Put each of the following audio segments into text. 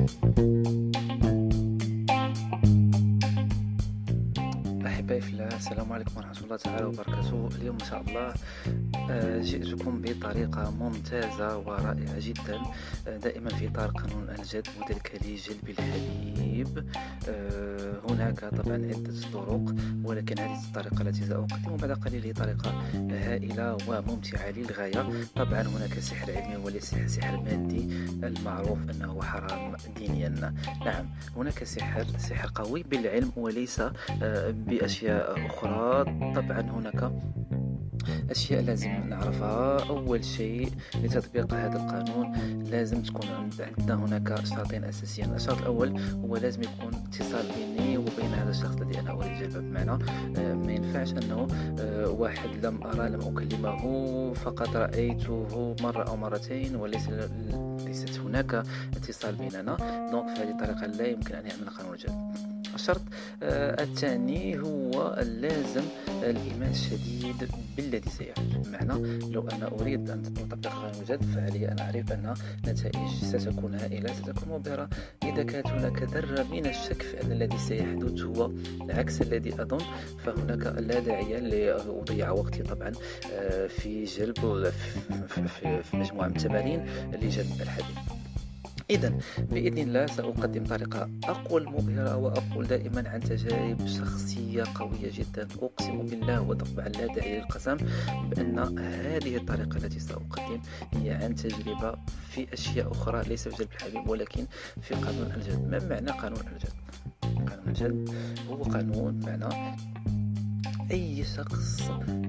أحبائي في الله، السلام عليكم ورحمة الله تعالى وبركاته. اليوم إن شاء الله جئتكم بطريقة ممتازة ورائعة جدا، دائما في إطار قانون الجذب وذلك لجلب الحليب. هناك طبعا عدة طرق، ولكن هذه الطريقة التي سأقدم بعد قليل هي طريقة هائلة وممتعة للغاية. طبعا هناك سحر علمي وليس سحر مادي المعروف أنه حرام دينيا. نعم، هناك سحر قوي بالعلم وليس بأشياء أخرى. طبعا هناك أشياء لازم نعرفها. أول شيء لتطبيق هذا القانون لازم تكون عندنا هناك شرطين أساسيين. الشرط الأول هو لازم يكون اتصال بيني وبين هذا الشخص الذي أنا أريد جلبه. بمعنى ما ينفعش أنه واحد لم أكلمه، فقط رأيته مرة أو مرتين وليست هناك اتصال بيننا. دونك في هذه الطريقة لا يمكن أن يعمل قانون الجذب. الشرط الثاني هو لازم الإيمان الشديد بالذي سيحدث. بمعنى لو أنا أريد أن أطبق قانون الجذب فعلي أن أعرف أن النتائج ستكون هائلة، ستكون مبهرة. إذا كانت هناك ذرة من الشك في أن الذي سيحدث هو عكس الذي أظن، فهناك لا داعي لأضيع وقتي طبعا في جلب في مجموعة من التمارين لجلب الحديث. إذن بإذن الله سأقدم طريقة أقول مبهرة وأقول دائما عن تجارب شخصية قوية جدا. أقسم بالله وطبعا لا داعي للقسم بأن هذه الطريقة التي سأقدم هي عن تجربة في أشياء أخرى، ليس في جلب الحليب ولكن في قانون الجذب. ما معنى قانون الجذب؟ قانون الجذب هو قانون معنى أي شخص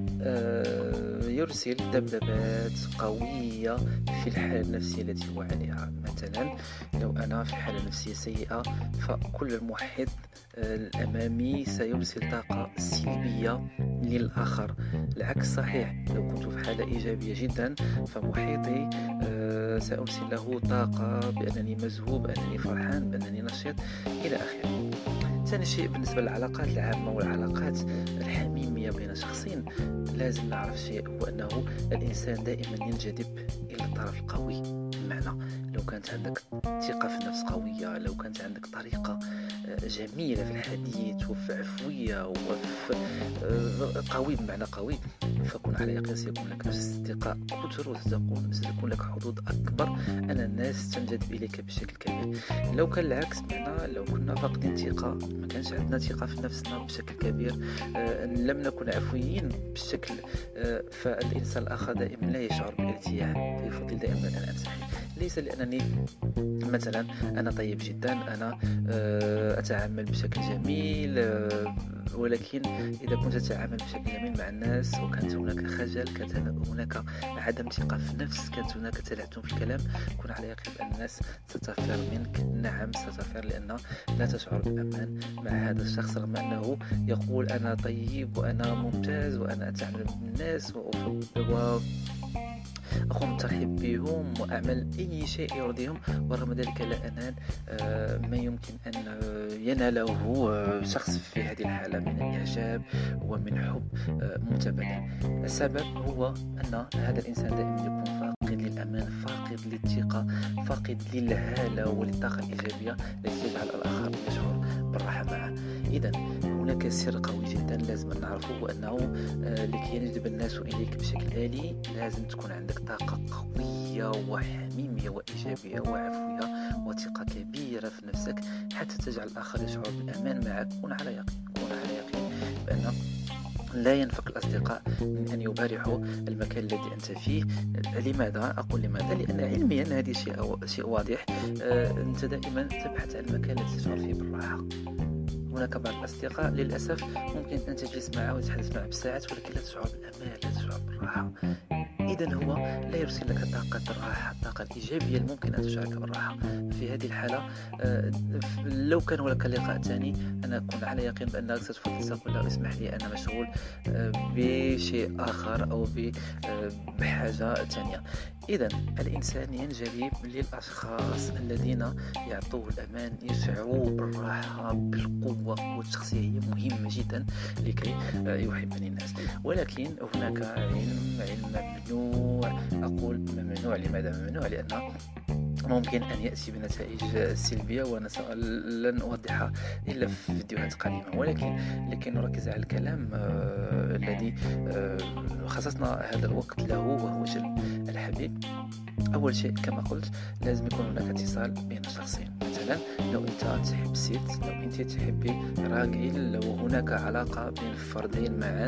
يرسل دبدبات قوية في الحالة النفسية التي هو عليها. مثلا لو أنا في حالة نفسية سيئة فكل المحيط الأمامي سيرسل طاقة سلبية للآخر. العكس صحيح، لو كنت في حالة إيجابية جدا فمحيطي سأرسل له طاقة بأنني مذهوب، بأنني فرحان، بأنني نشيط إلى آخره. ثاني شيء بالنسبة للعلاقات العامة والعلاقات الحميمية بين شخصين، لازم نعرف شيء هو أنه الإنسان دائما ينجذب إلى الطرف القوي. بمعنى لو كانت عندك ثقة في النفس قوية، لو كانت عندك طريقة جميلة في الحديث وفي عفوية وفي قوي، بمعنى قوي، فكن على يقين سيكون لك نفس الثقة كثر وستكون لك حظوظ أكبر أن الناس تنجذب إليك بشكل كبير. لو كان العكس، بمعنى لو كنا فاقدين ثقة، ما كانش عندنا ثقة في نفسنا بشكل كبير، لم نكن عفويين بالشكل، فالإنسان الآخر دائما لا يشعر بالارتياح، فيفضل دائما أن أنسحب. ليس لأنني مثلا أنا طيب جدا، أنا أتعامل بشكل جميل، ولكن إذا كنت تتعامل بشكل جميل مع الناس وكانت هناك خجل، كانت هناك عدم ثقة في النفس، كانت هناك تلعثم في الكلام، كن على يقين بأن الناس ستفر منك. نعم ستفر، لأن لا تشعر بالأمان مع هذا الشخص رغم أنه يقول أنا طيب وأنا ممتاز وأنا أتعامل مع الناس أقوم بالترحيب بهم وأعمل أي شيء يرضيهم، ورغم ذلك لا أنال ما يمكن أن يناله شخص في هذه الحالة من الإعجاب ومن حب متبادل. السبب هو أن هذا الإنسان دائما يكون فاقد للأمان، فاقد للثقة، فاقد للهالة وللطاقة الإيجابية التي تجعل الآخر يشعر بالراحة معه. إذن هناك سر قوي جدا لازم نعرفه، وأنه لكي يجذب الناس إليك بشكل آلي لازم تكون عندك طاقة قوية وحميمية وإيجابية وعفوية وثقة كبيرة في نفسك حتى تجعل الآخر يشعر بالأمان معك. كن على يقين بأن لا ينفك الأصدقاء من أن يبارحوا المكان الذي أنت فيه. لماذا أقول لماذا؟ لأن علميا هذه شيء واضح. أنت دائما تبحث عن المكان الذي تشعر فيه بالراحة. هناك بعض الأصدقاء للأسف ممكن أن تجلس معه وتتحدث معه بالساعات ولكن لا تشعر بالأمان، لا تشعر بالراحة. إذن هو لا يرسل لك طاقة الراحة، الطاقة الإيجابية الممكن أن تشعرك بالراحة. في هذه الحالة لو كان لك لقاء ثاني أنا أكون على يقين بأنك ستفضل تقول له اسمح لي أنا مشغول بشيء آخر أو بحاجة ثانية. إذن الإنسان ينجذب للأشخاص الذين يعطوه الأمان، يشعروه بالراحة بالقوة، والشخصية هي مهمة جدا لكي يحبني الناس. ولكن هناك علم ممنوع. أقول ممنوع، لماذا ممنوع؟ لأن ممكن أن يأتي بنتائج سلبية، لن أوضحها إلا في فيديوهات قادمة، ولكن لكي نركز على الكلام الذي خصصنا هذا الوقت له، وهو جلب الحبيب. أول شيء كما قلت لازم يكون هناك اتصال بين الشخصين. مثلا لو أنت تحب ست، لو أنت تحبي راجل، لو هناك علاقة بين الفردين معا،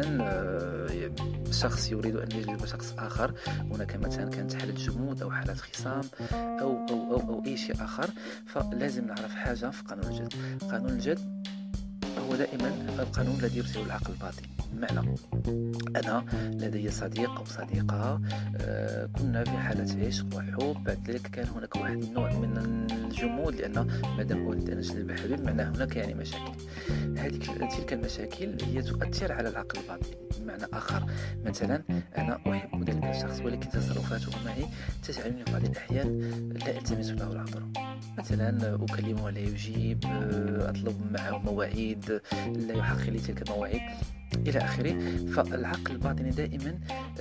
شخص يريد أن يجلب شخص آخر، هناك مثلا كانت حالة جمود أو حالة خصام أو أي شيء آخر، فلازم نعرف حاجة في قانون الجذب. قانون الجذب هو دائما القانون الذي يرسله العقل الباطني. بمعنى أنا لدي صديق أو صديقة، كنا في حالة عشق وحب، بعد ذلك كان هناك واحد النوع من الجمود، لأن مادام أريد أن أجلب حبيب معناه هناك يعني مشاكل. تلك المشاكل هي تؤثر على العقل الباطني. بمعنى آخر، مثلا أنا أحب ذلك الشخص، ولكن تصرفاته معي تجعلني في بعض الأحيان لا ألتمس له العذر. مثلا أكلمه لا يجيب، أطلب معه مواعيد لا يحقق لي تلك المواعيد إلى آخره. فالعقل الباطني دائما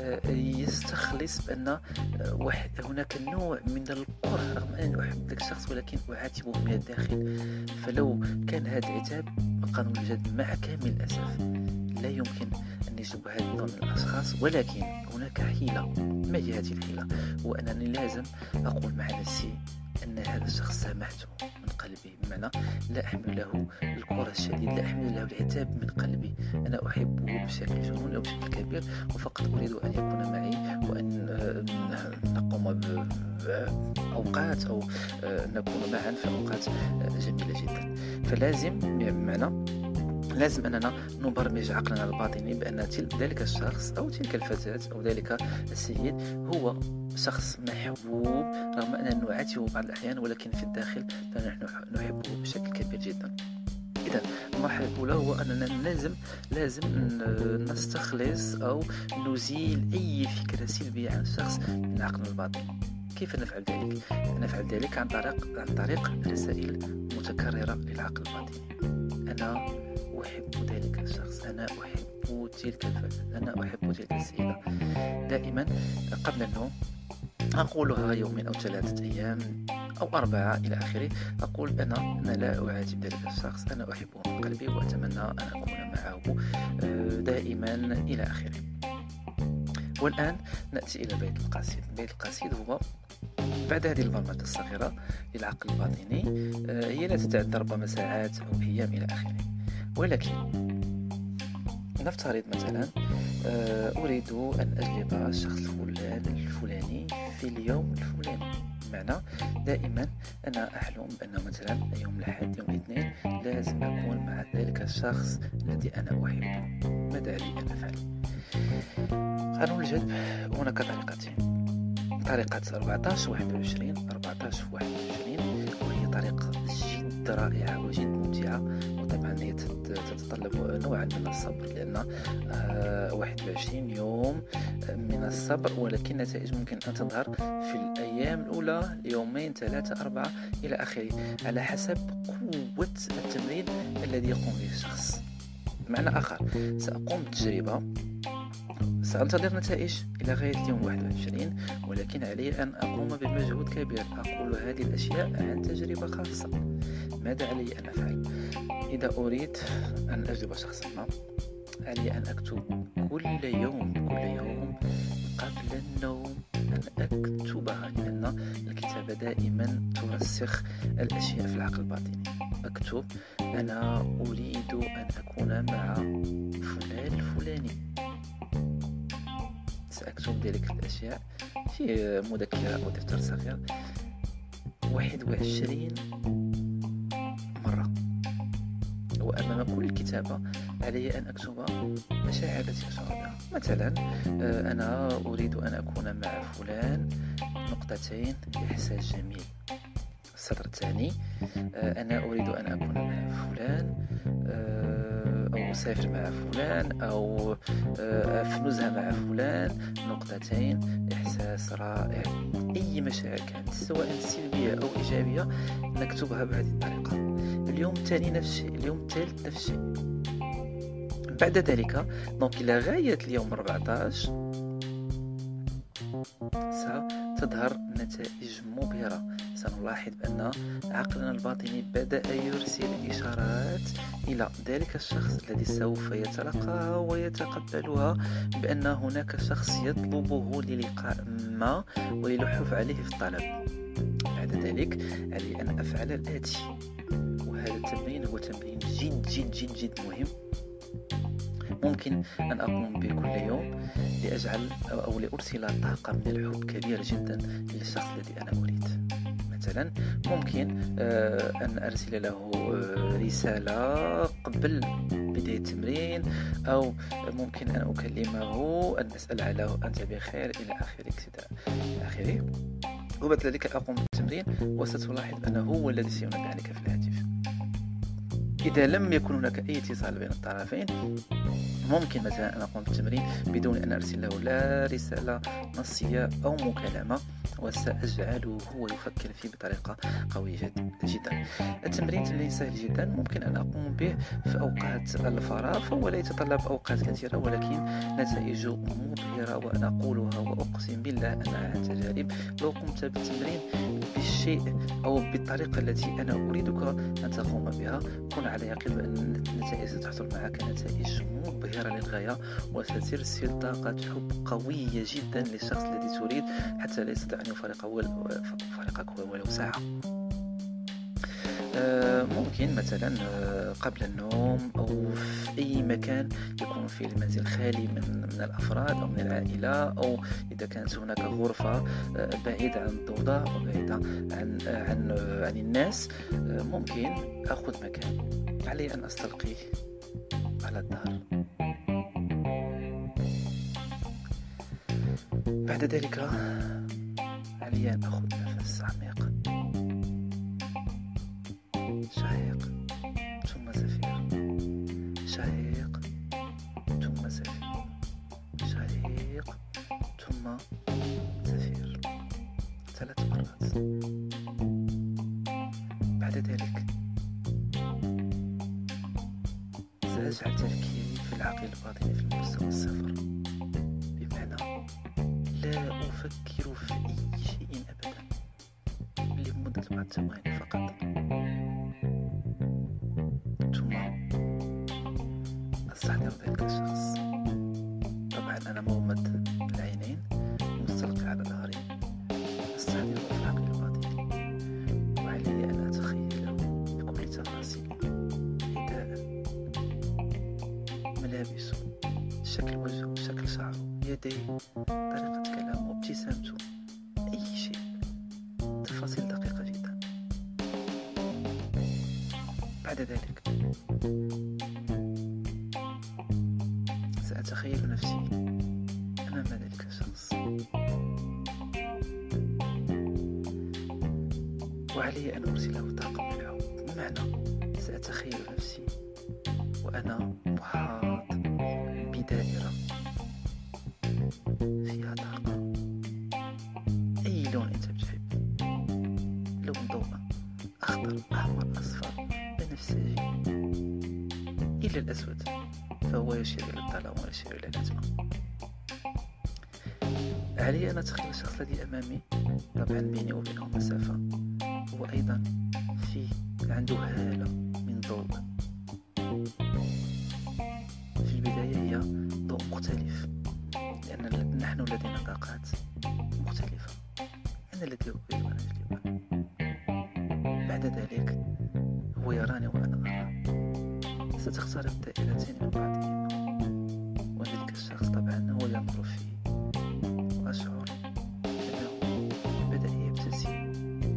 يستخلص بأن هناك نوع من الكره، رغم أنني أحب ذلك الشخص ولكن أعاتبه من الداخل. فلو كان هذا العتاب قانون الجذب، مع كامل الأسف لا يمكن أن يجلب هذا النوع من الأشخاص، ولكن هناك حيلة. ما هي هذه الحيلة؟ هو أنني لازم أقول مع نفسي أن هذا الشخص سامحته من قلبي، بمعنى لا أحمل له الكره الشديد، لا أحمل له العتاب من قلبي. أنا أحبه بشكل جنوني أو بشكل كبير، وفقط أريد أن يكون معي وأن نقوم بأوقات أو نكون معا في أوقات جميلة جدا. فلازم بمعنى لازم أننا نبرمج عقلنا الباطني بأن ذلك الشخص أو تلك الفتاة أو ذلك السيد هو شخص محبوب، رغم أننا نعاتبه بعض الأحيان، ولكن في الداخل فنحن نحبه بشكل كبير جدا. إذا المرحلة الأولى هو أننا لازم نستخلص أو نزيل أي فكرة سلبية عن الشخص من عقلنا الباطني. كيف نفعل ذلك؟ نفعل ذلك عن طريق رسائل متكررة للعقل الباطني. أنا أحب ذلك الشخص، أنا أحب تلك الفتاة، أنا أحب تلك السيدة. دائما قبل النوم أقولها يومين أو 3 أيام أو 4 إلى آخره. أقول أنا لا أعاتب ذلك الشخص، أنا أحبه من قلبي وأتمنى أن أكون معه دائما إلى آخره. والآن نأتي إلى البيت القصيد. البيت القصيد هو بعد هذه البرمجة الصغيرة للعقل الباطني، هي لا تتعدى ربما ساعات أو أيام إلى آخره. ولكن نفترض مثلا أريد أن أجلب الشخص الفلاني في اليوم الفلاني. بمعنى دائما أنا أحلم بأن مثلا يوم الأحد يوم الاثنين لازم أكون مع ذلك الشخص الذي أنا أحبه. ماذا علي أن أفعل؟ قانون الجذب هناك طريقتين: طريقة 14-21 14-21، وهي طريقة جد رائعة وجد ممتعة، وطبعا هي تتطلب نوعا من الصبر، لأن 21 يوم من الصبر، ولكن النتائج ممكن أن تظهر في الأيام الأولى، يومين 3 4 إلى آخره، على حسب قوة التمرين الذي يقوم به الشخص. بمعنى آخر، سأقوم بتجربة، سأنتظر نتائج إلى غاية اليوم 21، ولكن علي أن أقوم بمجهود كبير. أقول هذه الأشياء عن تجربة خاصة. ماذا علي أن أفعل؟ إذا أريد أن أجلب شخصا ما، علي أن أكتب كل يوم قبل النوم، أن أكتبها، لأن الكتابة دائما ترسخ الأشياء في العقل الباطني. أكتب أنا أريد أن أكون مع فلان الفلاني. سأكتب ذلك الأشياء في مذكرة أو دفتر صغير 21 مرة، وأمام كل كتابة علي أن أكتب مشاعر التي أشعر بها. مثلا أنا أريد أن أكون مع فلان نقطتين إحساس جميل. السطر الثاني أنا أريد أن أكون مع فلان، أو أسافر مع فلان، أو في نزهة مع فلان نقطتين إحساس رائع. أي مشاعر كانت سواء سلبية أو إيجابية نكتبها بهذه الطريقة. اليوم الثاني نفس الشيء، اليوم الثالث نفس الشيء. بعد ذلك دونك إلى غاية اليوم 14 ستظهر نتائج مبهرة. سنلاحظ بأن عقلنا الباطني بدأ يرسل إشارات إلى ذلك الشخص الذي سوف يتلقاها ويتقبلها بأن هناك شخص يطلبه للقاء ما وللحوف عليه في الطلب. بعد ذلك علي أن أفعل الآتي، وهذا التمرين هو تمرين جد جد جد جد مهم، ممكن أن أقوم به كل يوم لأجعل أو لأرسل طاقة من الحب كبيرة جدا للشخص الذي أنا أريد. مثلا ممكن أن أرسل له رسالة قبل بداية التمرين، أو ممكن أن أكلمه، أن أسأل عليه أنت بخير إلى آخره. وبعد ذلك أقوم بالتمرين وستلاحظ أنه هو الذي سيناديك في الهاتف. إذا لم يكن هناك أي اتصال بين الطرفين ممكن مثلا أن أقوم بالتمرين بدون أن أرسل له لا رسالة نصية أو مكالمة، وسأجعله هو يفكر فيه بطريقة قوية جدا. التمرين تمرين سهل جدا، ممكن أن أقوم به في أوقات الفراغ، فهو لا يتطلب أوقات كثيرة ولكن نتائجه مبهرة، وأنا أقولها وأقسم بالله أنها عن تجارب. لو قمت بالتمرين بالشيء أو بالطريقة التي أنا أريدك أن تقوم بها، كن على يقين بأن النتائج ستحصل معك نتائج مبهرة للغاية، وسترسل طاقة حب قوية جدا للشخص الذي تريد حتى لا يستطيع أن يفارقك ولو ساعة. ممكن مثلا قبل النوم أو في أي مكان يكون في المنزل خالي من الأفراد أو من العائلة، أو إذا كانت هناك غرفة بعيدة عن الضوضاء وبعيدة عن الناس، ممكن أخذ مكان علي أن أستلقي على الدار. بعد ذلك علي أن أخذ نفس عميق شهيق ثم زفير، شهيق ثم زفير، شهيق ثم زفير 3 مرات. بعد ذلك سأجعل تفكيري في العقل الباطني في المستوى الصفر، بمعنى لا أفكر في أي شيء أبدا لمدة 4 ثواني فقط، ثم أستحضر ذلك الشخص. طبعا أنا مغمض العينين مستلقي على ظهري، أستحضر في العقل الباطني، وعلي أن أتخيله بكل تفاصيله: رداء، ملابسه، شكل وجهه، شكل شعره، يديه، طريقة كلامه، ابتسامته، أي شيء، تفاصيل دقيقة جدا. بعد ذلك سأتخيل نفسي أمام ذلك الشخص، وعلي أن أرسله طاقة من الحب، بمعنى سأتخيل نفسي وأنا محاط بدائرة فيها طاقة، أي لون أنت بتحب، لون ضوء، أخضر، أحمر، أصفر، بنفسجي، إلا الأسود فهو يشير إلى الظلام ويشير إلى الأزمة. علي أن أتخيل الشخص الذي أمامي، طبعا بيني وبينه مسافة، هو أيضا عنده هالة من ضوء. في البداية هي ضوء مختلف، لأن نحن لدينا طاقات مختلفة، أنا الذي أريد أن أجلبها. بعد ذلك هو يراني وأنا أراه، ستقترب دائرتين من بعضهما، وذلك الشخص طبعا هو ينظر فيه، وأشعر أنه بدأ يبتسم.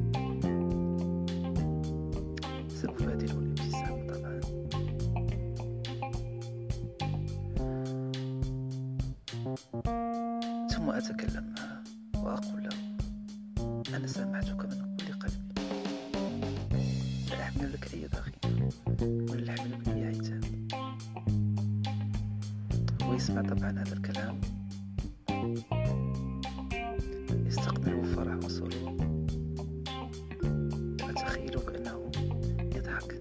سأفادله الابتسام طبعا، ثم أتكلم معه وأقول له: أنا سامحتك من كل قلبي، لا أحمل لك أي ضغينة ولا أحمل لك أي عتاب. ويسمع طبعا هذا الكلام، يستقبله بفرح وسرور، أتخيل كأنه يضحك.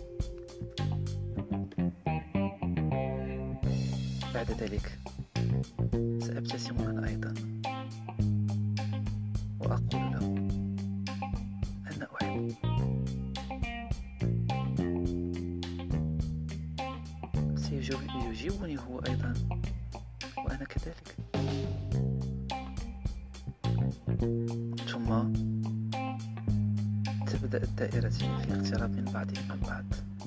بعد ذلك سأبتسم أنا أيضا وأقول له: أنا أحب. سيجيبني هو أيضا وأنا كذلك. ثم تبدأ الدائرة في الاقتراب من بعضهم البعض،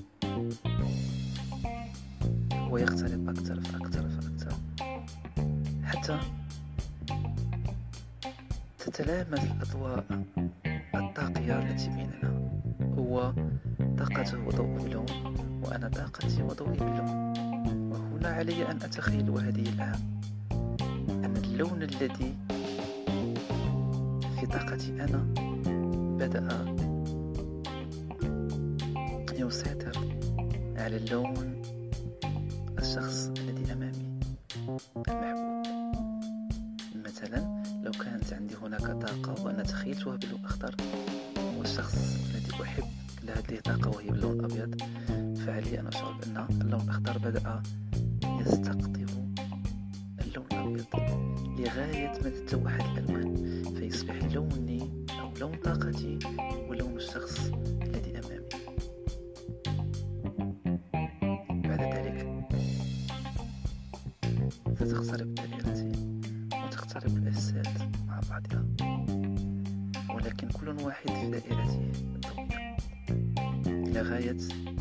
ويقترب أكثر فأكثر فأكثر حتى تتلامس الأضواء الطاقية التي بيننا. هو طاقته وضوء بلون، وأنا طاقتي وضوئي بلون. وهنا علي أن أتخيل هذه الآن أن اللون الذي في طاقتي أنا بدأ يسيطر على اللون الشخص الذي أمامي المحبوب. مثلا لو كانت عندي هناك طاقة وأنا تخيلتها باللون الأخضر، والشخص الذي أحب لهذه الطاقة وهي باللون الأبيض، فعلي أن أشعر بأن اللون الأخضر بدأ يستقطب اللون الأبيض لغاية ما تتوحد الألوان، فيصبح لوني أو لون طاقتي ولون الشخص الذي أمامي. بعد ذلك ستقترب دائرتي وتقترب الأجساد مع بعضها، ولكن كل واحد في دائرته الضوئية، لغاية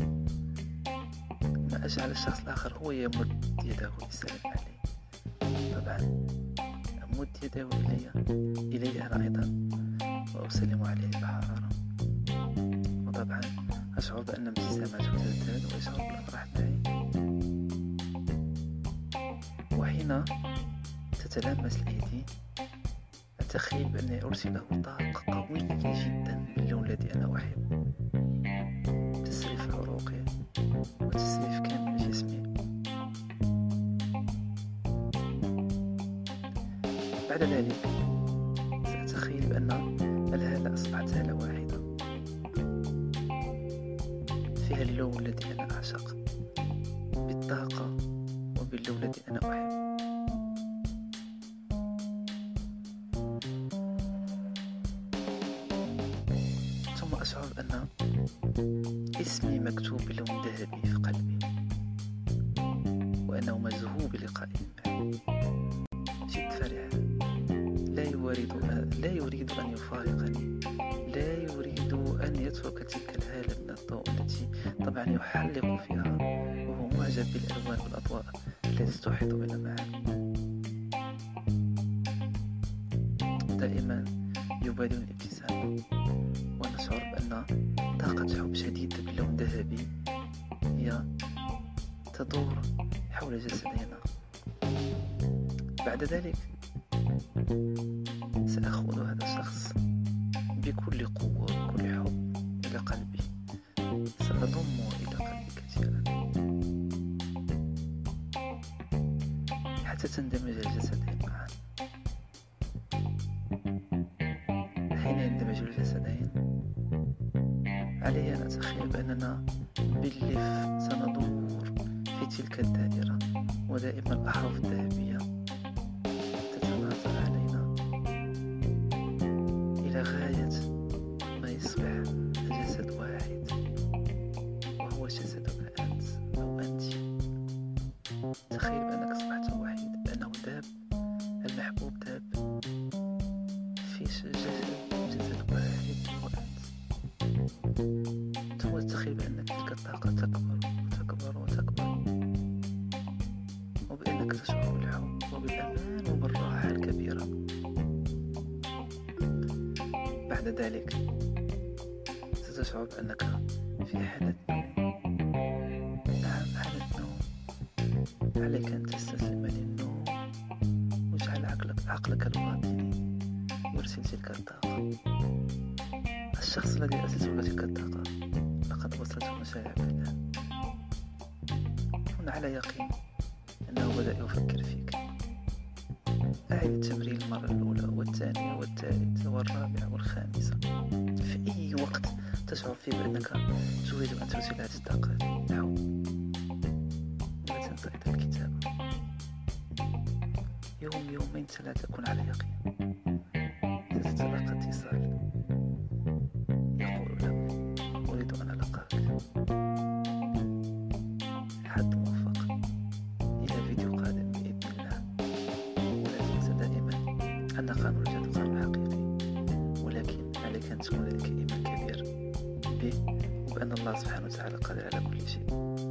ما أجعل الشخص الآخر هو يمد يده للسلام علي. طبعا أمد يده إلي أنا أيضا وأسلم عليه بحرارة، وطبعا أشعر بأن ابتسامته تزداد ويشعر بالأفراح معي. وحين تتلامس الأيدي أتخيل بأني أرسل له طاقة قوية جدا باللون الذي أنا أحب، تسري في عروقي وتسري في كامل جسمي. بعد ذلك سأتخيل بأن الهالة أصبحت هالة واحدة فيها اللون الذي أنا أعشق، بالطاقة وباللون الذي أنا أحب. ثم أشعر أن اسمي مكتوب بلون ذهبي في قلبي، وأنه مذهوب بلقائي معي. جد فرح، لا يريد أن يفارقني، لا يريد أن يترك تلك الهالة من الضوء التي طبعا يحلق فيها، وهو معجب بالألوان والأضواء التي تحيط بنا معا. دائما يبادلني الابتسامة، ونشعر بأن طاقة حب شديدة باللون ذهبي هي تدور حول جسدنا. بعد ذلك سأخذ هذا الشخص بكل قوة وبكل حب إلى قلبي، سأضمه إلى قلبي كثيرا حتى تندمج الجسدين معا. حين يندمج الجسدين علي أن أتخيل بأننا باللف سندور في تلك الدائرة، ودائما الأحرف الذهبية تتناثر علينا إلى غاية ما يصبح جسد واحد، وهو جسدك أنت أو أنت. تخيل بأنك أصبحت واحد، بأنه ذاب المحبوب ذاب في جسد واحد هو أنت. ثم تتخيل بأن تلك الطاقة تكبر وتكبر وتكبر، وبأنك تشعر بالحب وبالأمان وبالراحة الكبيرة. بعد ذلك ستشعر بأنك في حالة نوم. نعم، حالة نوم. عليك أن تستسلم للنوم واجعل عقلك الباطني يرسل تلك الطاقة. الشخص الذي أرسلته تلك الطاقة لقد وصلته مشاعر الآن. كن على يقين أنه بدأ يفكر فيك. أعد التمرين المرة الأولى والثانية والثالثة والرابعة والخامسة. في أي وقت تشعر فيه بأنك تريد أن ترسل هذه الطاقة له، لا تنسى أيضا الكتابة. يومين 3 كن على يقين ستتلقى اتصال قانون الجذب قانون حقيقي، ولكن عليك أن تكون لديك إيمان كبير به وبأن الله سبحانه وتعالى قادر على كل شيء.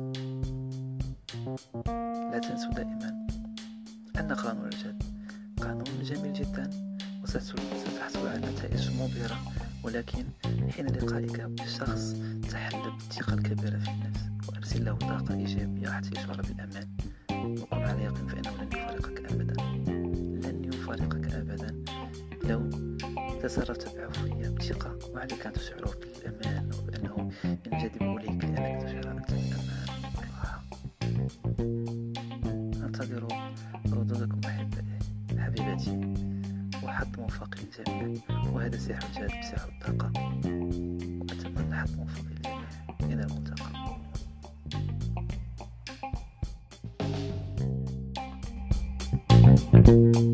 لا تنسوا دائما أن قانون الجذب قانون جميل جدا وستحصل على نتائج مبهرة، ولكن حين لقائك بالشخص تحل بالثقة الكبيرة في النفس وأرسل له طاقة إيجابية حتى يشعر بالأمان، وكن على يقين فإنه لن يفارقك أبدا، لن يفارقك أبدا لو تصرفت بعفوية بثقة، وعليك أن تشعر بالأمان وبأنه ينجذب إليك لأنك تشعر أنت بالأمان والراحة. أنتظر ردودكم حبيبتي، وحظ موفق للجميع، وهذا سحر الجذب سحر الطاقة، وأتمنى حظ موفق للجميع. إلى الملتقى.